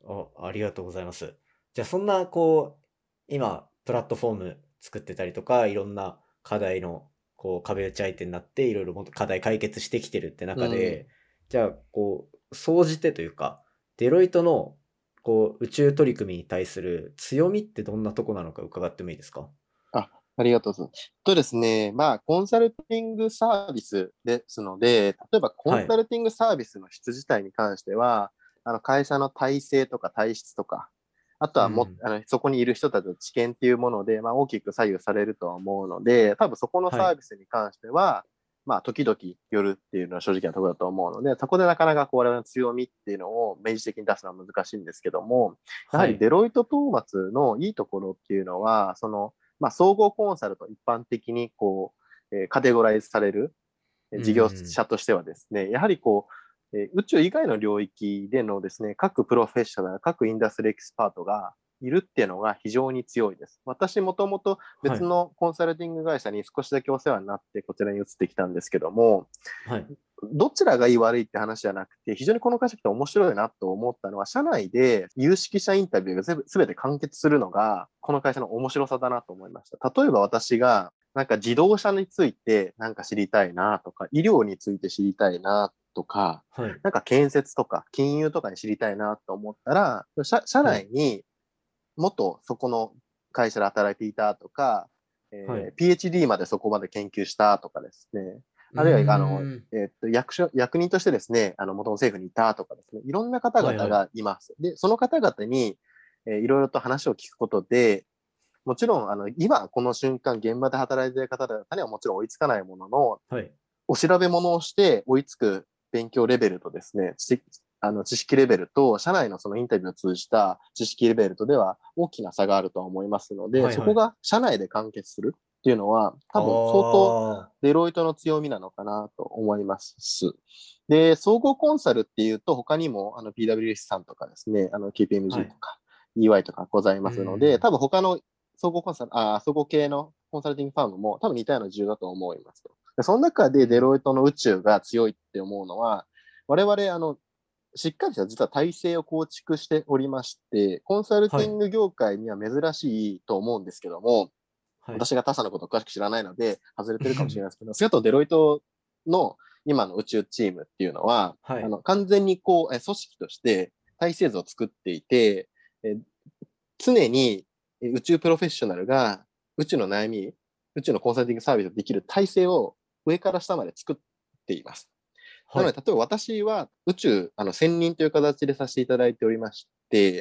ありがとうございます。じゃあそんな今プラットフォーム作ってたりとか、いろんな課題の壁打ち相手になっていろいろもっと課題解決してきてるってうん。 中で、じゃあ総じてというか、デロイトの宇宙取り組みに対する強みってどんなとこなのか伺ってもいいですか？ ありがとうございます。とですね、まあ、コンサルティングサービスですので、例えばコンはい。 サルティングサービスの質自体に関しては、会社の体制とか体質とか、あとはも、 うん。 そこにいる人たちの知見っていうもので、まあ、大きく左右されるとは思うので、多分そこのはい。 サービスに関しては、まあ、時々よるっていうのは正直なところだと思うので、そこでなかなか我々の強みっていうのを明示的に出すのは難しいんですけども、やはりはい。 デロイト・トーマツのいいところっていうのは、まあ、総合コンサルと一般的にカテゴライズされるう事業ん。 者としてはですね、やはり宇宙以外の領域でのですね、各プロフェッショナル、各インダストリーエキスパートがいるっていうのが非常に強いです。私もともと別はい。 のコンサルティング会社に少しだけお世話になってこちらに移ってきたんですけども、 はい。 どちらがいい悪いって話じゃなくて、非常にこの会社来て面白いなと思ったのは、社内で有識者インタビューがすべて完結するのが、この会社の面白さだなと思いました。例えば私が、なんか自動車についてなんか知りたいなとか、医療について知りたいなとか、 はい。 なんか建設とか金融とかに知りたいなと思ったら、社はい。 内に元そこの会社で働いていたとか、 はい。 PhD までそこまで研究したとかですね。 うあるいは、 ーん。 役人としてですね、元の政府にいたとかですね、いろんな方々 はいはい。 がいます。で、その方々に、いろいろと話を聞くことで、もちろん、今、この瞬間、現場で働いている方々にはもちろん追いつかないものの、 はい。 お調べ物をして追いつく勉強レベルとですね、知識レベルと、社内のそのインタビューを通じた知識レベルとでは大きな差があるとは思いますので、 はいはい。 そこが社内で完結するっていうのは、 あ多分相当あ。 デロイトの強みなのかなと思います。で、総合コンサルっていうと、他にもPWS さんとかですね、 は KPMG とい。 か EY とかございうますので、 ーん。 多分他の総合系のコンサルティングファームも多分似たような需要だと思いますと。でその中でデうん。 ロイトの宇宙が強いって思うのは、我々、しっかりした実は体制を構築しておりまして、コンサルはい。 ティング業界には珍しいと思うんですけども、 はい。 私が他社のことを詳しく知らないので、外れてるかもしれないですけど、それとデロイトの今の宇宙チームっていうのは、 はい。 完全に組織として体制図を作っていて、え常に宇宙プロフェッショナルが宇宙の悩み、宇宙のコンサルティングサービスをできる体制を上から下まで作っています。なはい。 ので、例えば私は宇宙、専任という形でさせていただいておりまして、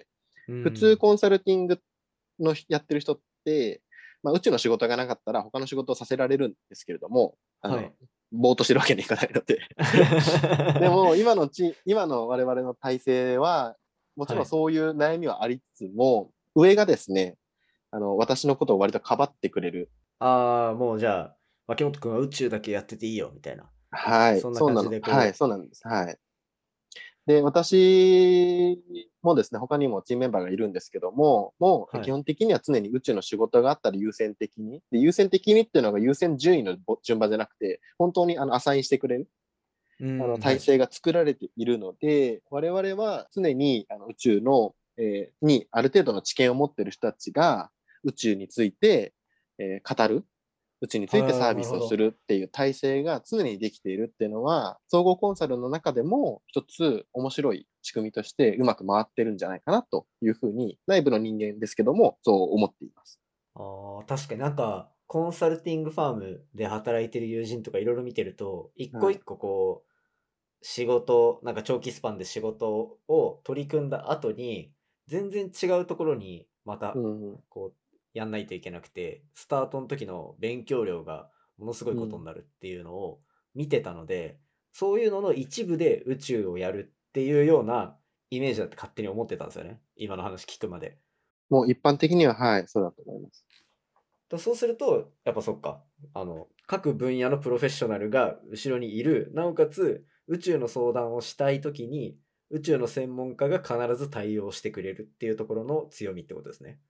普通うん。 コンサルティングのやってる人って、まあ、宇宙の仕事がなかったら他の仕事をさせられるんですけれども、 はい。 ぼーっとしてるわけにいかないのででも、今の我々の体制は、もちはい。 ろんそういう悩みはありつつも、上がですね、私のことを割とかばってくれる。 ああ、もうじゃあ、脇本くんは宇宙だけやってていいよみたいな。 はい。 そんな感じはい、そうなんです。はい。で、私もですね、他にもチームメンバーがいるんですけどもうはい。 基本的には常に宇宙の仕事があったら優先的に。で、優先的にっていうのが優先順位の順番じゃなくて、本当にアサインしてくれる、 うん、は体い。 制が作られているので、我々は常に宇宙の、にある程度の知見を持っている人たちが宇宙について、語る。うちについてはあ、 サービスをすなるほど。 るっていう体制が常にできているっていうのは、総合コンサルの中でも一つ面白い仕組みとしてうまく回ってるんじゃないかなというふうに、内部の人間ですけども、そう思っています。 ああ、確かにコンサルティングファームで働いてる友人とかいろいろ見てると、一個はい。 一個長期スパンで仕事を取り組んだ後に、全然違うところにまた、 うん。 やんないといけなくて、スタートの時の勉強量がものすごいうん。 ことになるっていうのを見てたので、そういうのの一部で宇宙をやるっていうようなイメージだって勝手に思ってたんですよね。今の話聞くまで。 もう一般的には、はい、そうだと思います。 そうすると、やっぱそっか。各分野のプロフェッショナルが後ろにいる。なおかつ、宇宙の相談をしたいときに、宇宙の専門家が必ず対応してくれるっていうところの強みってことですね。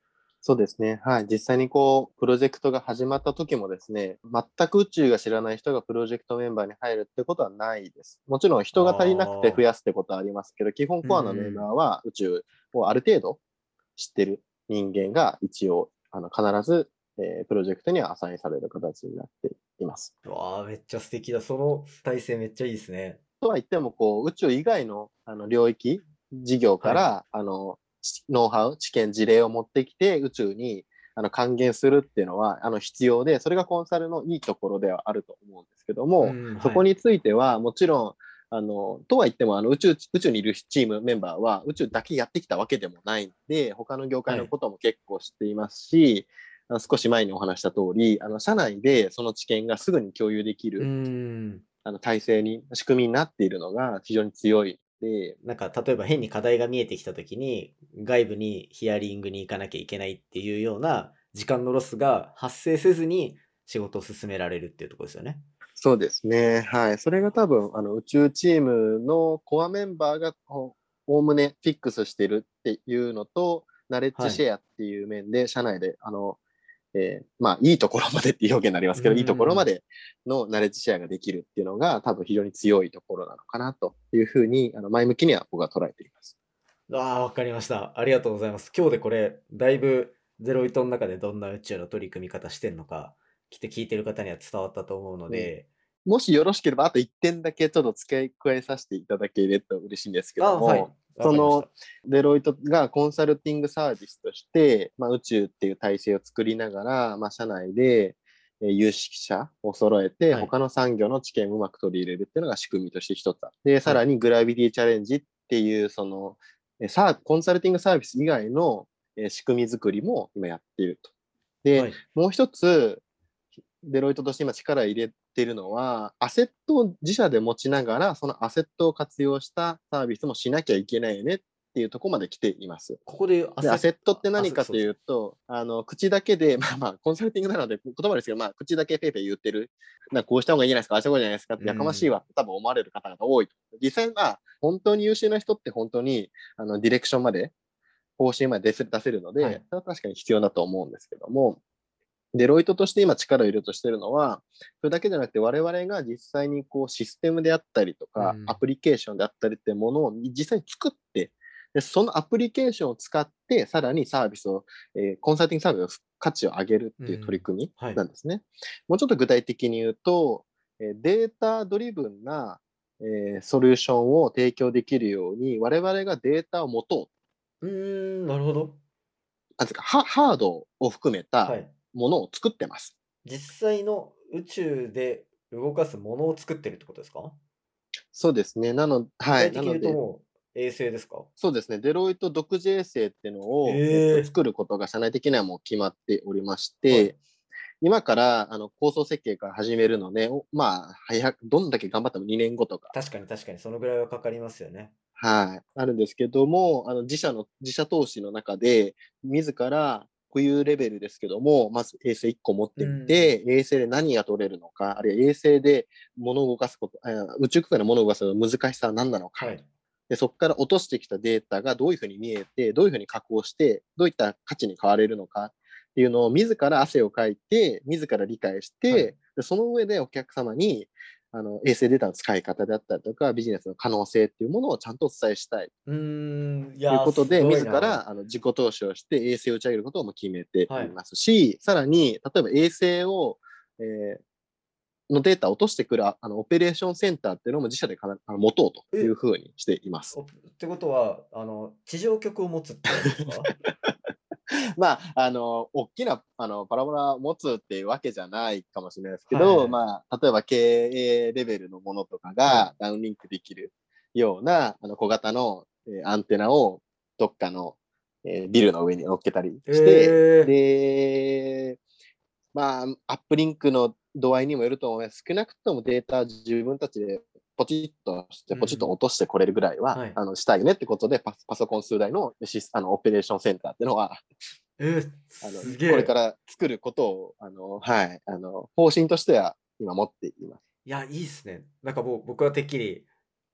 そうですね。はい。実際にプロジェクトが始まった時もですね、全く宇宙が知らない人がプロジェクトメンバーに入るってことはないです。もちろん人が足りなくて増ああ、 やすってことはありますけど、基本うコアなメンバーん。 は宇宙をある程度知ってる人間が一応、必ず、プロジェクトにはアサインされる形になっています。 うわあ、めっちゃ素敵だ。その体制めっちゃいいですね。 とは言っても、宇宙以外の、領域、事業かはい。 ら、ノウハウ、知見、事例を持ってきて、宇宙に、還元するっていうのは、必要で、それがコンサルのいいところではあると思うんですけども、 うん、はい。 そこについては、もちろん、とは言っても、宇宙にいるチームメンバーは、宇宙だけやってきたわけでもないので、他の業界はい。 のことも結構知っていますし、少し前にお話した通り、社内でその知見がすぐに共有できうーる、 ん。 体制に、仕組みになっているのが非常に強いで、 なんか、例えば変に課題が見えてきたときに、外部にヒアリングに行かなきゃいけないっていうような時間のロスが発生せずに仕事を進められるっていうところですよね。 そうですね。はい。それが多分、宇宙チームのコアメンバーがおおむねフィックスしてるっていうのと、ナレッジはい。 シェアっていう面で、社内で、まあ、いいところまでっていう表現になりまうすけど、いいとこーん。 ろまでのナレッジシェアができるっていうのが、多分非常に強いところなのかなというふうに、前向きには僕は捉えています。 ああ、わかりました。ありがとうございます。今日でこれ、だいぶゼロイトの中でどんな宇宙の取り組み方してんのか、聞いてる方には伝わったと思うのうん。 で、 もしよろしければ、あと1点だけちょっと付け加えさせていただけると嬉しいんですけああ、はい。 ども、その、 わかりました。 デロイトがコンサルティングサービスとして、まあ、宇宙っていう体制を作りながら、まあ、社内で有識者を揃えて、 はい。 他の産業の知見をうまく取り入れるっていうのが仕組みとして一つあって、さはい。 らにグラビティチャレンジっていう、コンサルティングサービス以外の仕組み作りも今やっていると。で、 はい。 もう一つ、デロイトとして今力入れているのは、アセットを自社で持ちながら、そのアセットを活用したサービスもしなきゃいけないよねっていうところまで来ています。 ここでで、アセットってそうですね。 何かというと、口だけで、まあまあ、コンサルティングなので言葉ですけど、まあ、口だけペイペイ言ってる。こうした方がいいじゃないですか、ああした方がいいじゃないですかっうてやかましいん。 わって多分思われる方々多いと。実際は、本当に優秀な人って本当に、ディレクションまで、方針まで出せるので、 はい。 それは確かに必要だと思うんですけども、デロイトとして今力を入れようとしているのは、それだけじゃなくて我々が実際にシステムであったりとか、アうん。 プリケーションであったりっていうものを実際に作って、でそのアプリケーションを使って、さらにサービスを、コンサルティングサービスの価値を上げるっていう取りうん。 組みはい。 なんですね。もうちょっと具体的に言うと、データドリブンな、ソリューションを提供できるように、我々がデータを持とうーん、なるほど。 う。なんですか、ハードを含めたはい。 ものを作ってます。 実際の宇宙で動かすものを作ってるってことですか？ そうですね。 具はい。 体的に言うとなので、 もう衛星ですか？ そうですね。デロイト独自衛星っていうのを、 ええ、 作ることが社内的にはもう決まっておりましはい。 て、今から、構想設計から始めるので、まあ、どんだけ頑張っても2年後とか、 確かに確かにそのぐらいはかかりますよね。 はい、あるんですけども、自社投資の中で、自ら、固有レベルですけども、まず衛星1個持っうてみん。 て、衛星で何が取れるのか、あるいは衛星で物を動かすこと、宇宙空間で物を動かすの難しさは何なのか、 はい。 で、そこから落としてきたデータがどういうふうに見えて、どういうふうに加工して、どういった価値に変われるのかっていうのを自ら汗をかいて、自ら理解しはい。 て、でその上でお客様に、衛星データの使い方であったりとか、ビジネスの可能性っていうものをちゃんとお伝えしたいうーん、いというや、すことで、 ごいな。 自ら自己投資をして衛星を打ち上げることも決めてはい。 いますし、さらに、例えば衛星を、えーのデータを落としてくるオペレーションセンターっていうのも自社で持とうというえ、 ふうにしています。 ってことは、地上局を持つってことですか？ まあ、大きな、パラボラを持つっていうわけじゃないかもしれないですけど、 はい。 まあ、例えば経営レベルのものとかはい。 がダウンリンクできるような、小型の、アンテナをどっかの、ビルの上に乗っけたりえして、 え、 で、まあ、アップリンクの度合いにもよると思います。少なくともデータ自分たちでポチッとして、ポチッとうん。 落としてこれるぐらいは、 はい。 したいよねってことで、パソコン数台のオペレーションセンターっていうのは、これかすげえ。 ら作ることを、はい、方針としては今持っています。 いや、いいっすね。なんかもう僕はてっきり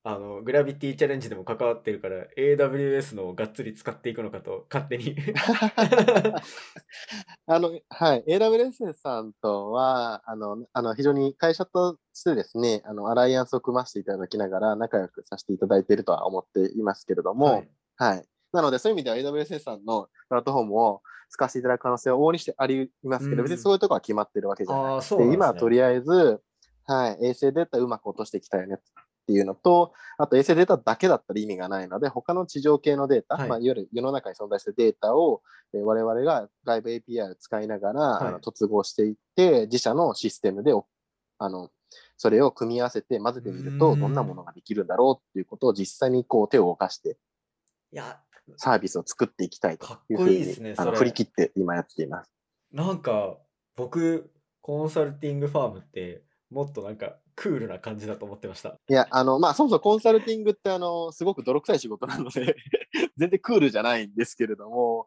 グラビティチャレンジでも関わってるから、AWS のをがっつり使っていくのかと、勝手に。 はい、AWS さんとは、非常に会社としてですね、アライアンスを組ませていただきながら仲良くさせていただいているとは思っていますけれども、 はい。 はい。なので、そういう意味では AWS さんのプラットフォームを使わせていただく可能性は往々にしてありますけど、別にうん。 そういうところは決まってるわけじゃなああ、 くて、 そうなんですね。 今はとりあえず、はい、衛星データうまく落としていきたいよねっていうのと、あと衛星データだけだったら意味がないので、他の地上系のデータ、 はい。 いわゆる世の中に存在しているデータを、我々が外部 API を使いながらはい。 突合していって、自社のシステムであのそれを組み合わせて混ぜうてみると、どんなーん。 ものができるんだろうっていうことを実際にこう手を動かしていや、 サービスを作っていきたいとかっいうふうにこいいですね、それ。 振り切って今やっています。 なんか、僕、コンサルティングファームって、もっとなんか、クールな感じだと思ってました。 いや、そもそもコンサルティングってすごく泥臭い仕事なので全然クールじゃないんですけれども、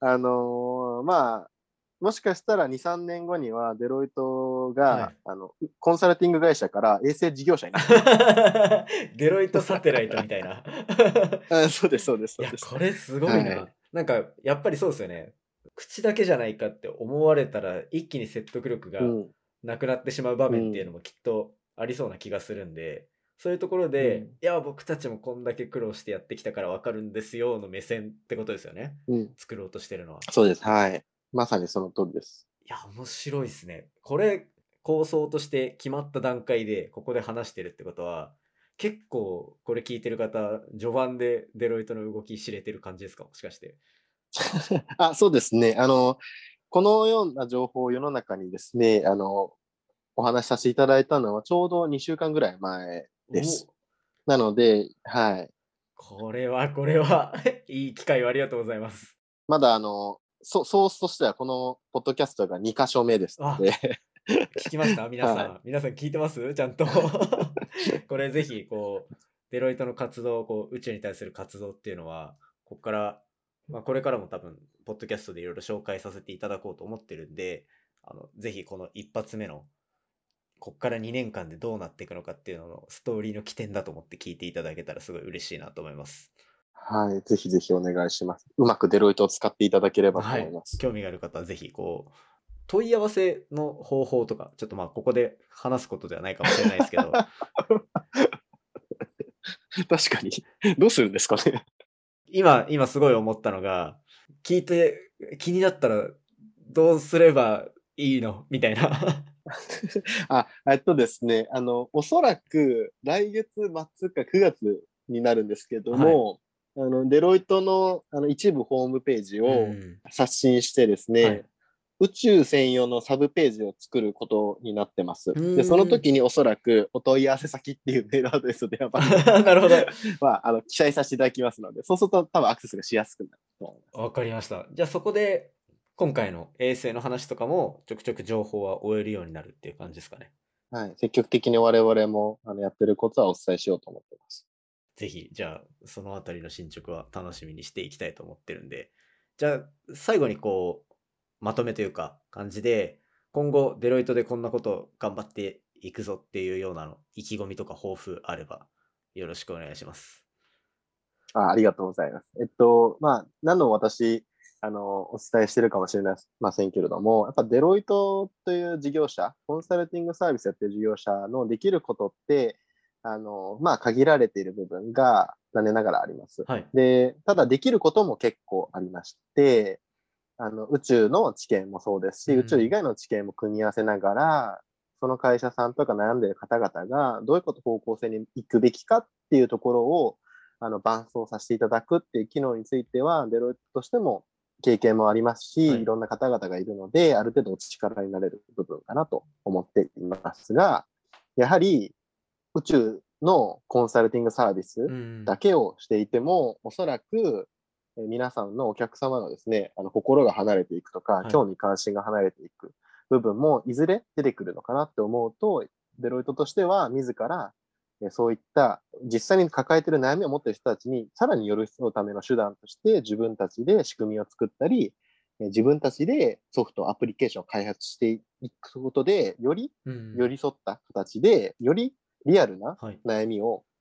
もしかしたら2、3年後にはデロイトが、 はい。 コンサルティング会社から衛星事業者になってるかもしれない。 デロイトサテライトみたいな。 そうです、そうです、 いや、 そうです。 これすごいな。 はい。 なんか、やっぱりそうですよね。口だけじゃないかって思われたら、一気に説得力がうん、 なくなってしまう場うん、 面っていうのもきっとありそうな気がするんで、そういうところで、 うん、 いや、僕たちもこんだけ苦労してやってきたからわかるんですよの目線ってことですよね。 うん。 作ろうとしてるのは。 そうです。はい。まさにその通りです。 いや、面白いですね。これ、構想として決まった段階で、ここで話してるってことは、結構これ聞いてる方、序盤でデロイトの動き知れてる感じですか、もしかして。 そうですね。このような情報を世の中にですね、お話しさせていただいたのはちょうど2週間ぐらい前でお、 す。なので、はい。 これはいい機会をありがとうございます。 まだソースとしてはこのポッドキャストが2箇所目ですのあ、 で、 聞きました皆はい。 さん。皆さん聞いてますちゃんと。これぜひ、こう、デロイトの活動、こう、宇宙に対する活動っていうのは、ここから、まあ、これからも多分、ポッドキャストでいろいろ紹介させていただこうと思ってるんで、ぜひこの一発目の、こっから2年間でどうなっていくのかっていうののストーリーの起点だと思って聞いていただけたらすごい嬉しいなと思います。 はい。ぜひぜひお願いします。うまくデロイトを使っていただければとはい。 思います。 興味がある方はぜひ、こう、問い合わせの方法とか、ちょっとまあ、ここで話すことではないかもしれないですけど、 確かに。どうするんですかね。 今すごい思ったのが、聞いて気になったらどうすればいいのみたいな。 ですね、おそらく来月末か9月になるんですけどはい。 も、デロイトの一部ホームページうをん。 刷新してですね、 はい。 宇宙専用のサブページを作ることになってます。 うで、そのーん。 時におそらくお問い合わせ先っていうメールアドレスと電話番号とかなるほど。 は、記載させていただきますので、そうすると多分アクセスがしやすくなると思います。 わかりました。じゃあそこで、今回の衛星の話とかも、ちょくちょく情報は追えるようになるっていう感じですかね。 はい。積極的に我々もやってることはお伝えしようと思っています。 ぜひ、じゃあ、そのあたりの進捗は楽しみにしていきたいと思ってるんで、じゃあ、最後にこう、まとめというか、感じで、今後、デロイトでこんなこと頑張っていくぞっていうようなの、意気込みとか抱負あれば、よろしくお願いします。 ありがとうございます。何度も私、お伝えしてるかもしれませんけれども、やっぱデロイトという事業者、コンサルティングサービスやってる事業者のできることって、限られている部分が残念ながらあります。 はい。 で、ただできることも結構ありまして、宇宙の知見もそうですし、宇宙以うん。 外の知見も組み合わせながら、その会社さんとか悩んでいる方々がどういう方向性に行くべきかっていうところを伴走させていただくっていう機能については、デロイトとしても経験もありますし、いはい。 ろんな方々がいるので、ある程度お力になれる部分かなと思っていますが、やはり宇宙のコンサルティングサービスうん。 だけをしていても、おそらく皆さんのお客様のですね、心が離れていくとか、 はい。 興味関心が離れていく部分もいずれ出てくるのかなって思うと、デロイトとしては自らそういった実際に抱えている悩みを持っている人たちにさらに寄り添うための手段として自分たちで仕組みを作ったり、自分たちでソフト、アプリケーションを開発していくことで、よりうん。 寄り添った形で、よりリアルなはい。 悩みを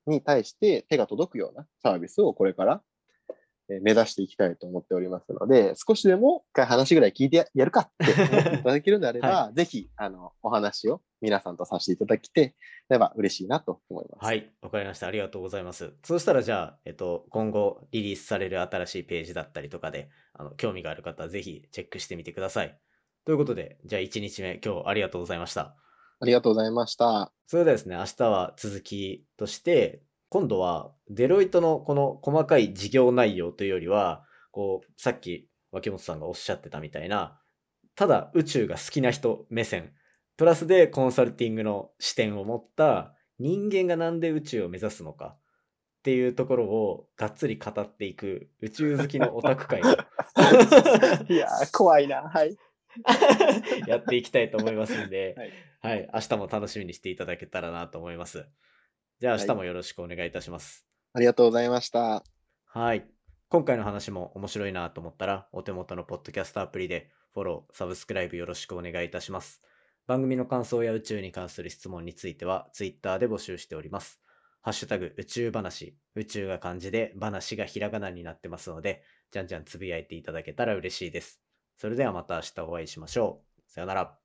に対して手が届くようなサービスをこれから目指していきたいと思っておりますので、少しでも一回話ぐらい聞いてやるかって思っていただけるのであれば、 はぜひ、お話を皆さんとさせていただきてれば嬉しいなと思います。 はい、わかりました。ありがとうございます。そうしたらじゃあ、今後リリースされる新しいページだったりとかで、興味がある方はぜひチェックしてみてください。ということで、じゃあ1日目、今日ありがとうございました。 ありがとうございました。 それではですね、明日は続きとして、今度はデロイトのこの細かい事業内容というよりは、さっき脇本さんがおっしゃってたみたいな、ただ宇宙が好きな人目線、プラスでコンサルティングの視点を持った人間がなんで宇宙を目指すのかっていうところをがっつり語っていく宇宙好きのオタク会をいやー、怖いな。はい。 やっていきたいと思いますんで、 はい。 はい、明日も楽しみにしていただけたらなと思います。じゃあ明はい。 日もよろしくお願いいたします。 ありがとうございました。 はい。今回の話も面白いなと思ったら、お手元のポッドキャストアプリでフォロー、サブスクライブよろしくお願いいたします。番組の感想や宇宙に関する質問については、ツイッターで募集しております。ハッシュタグ宇宙話、宇宙が漢字で話がひらがなになってますので、じゃんじゃんつぶやいていただけたら嬉しいです。それではまた明日お会いしましょう。さよなら。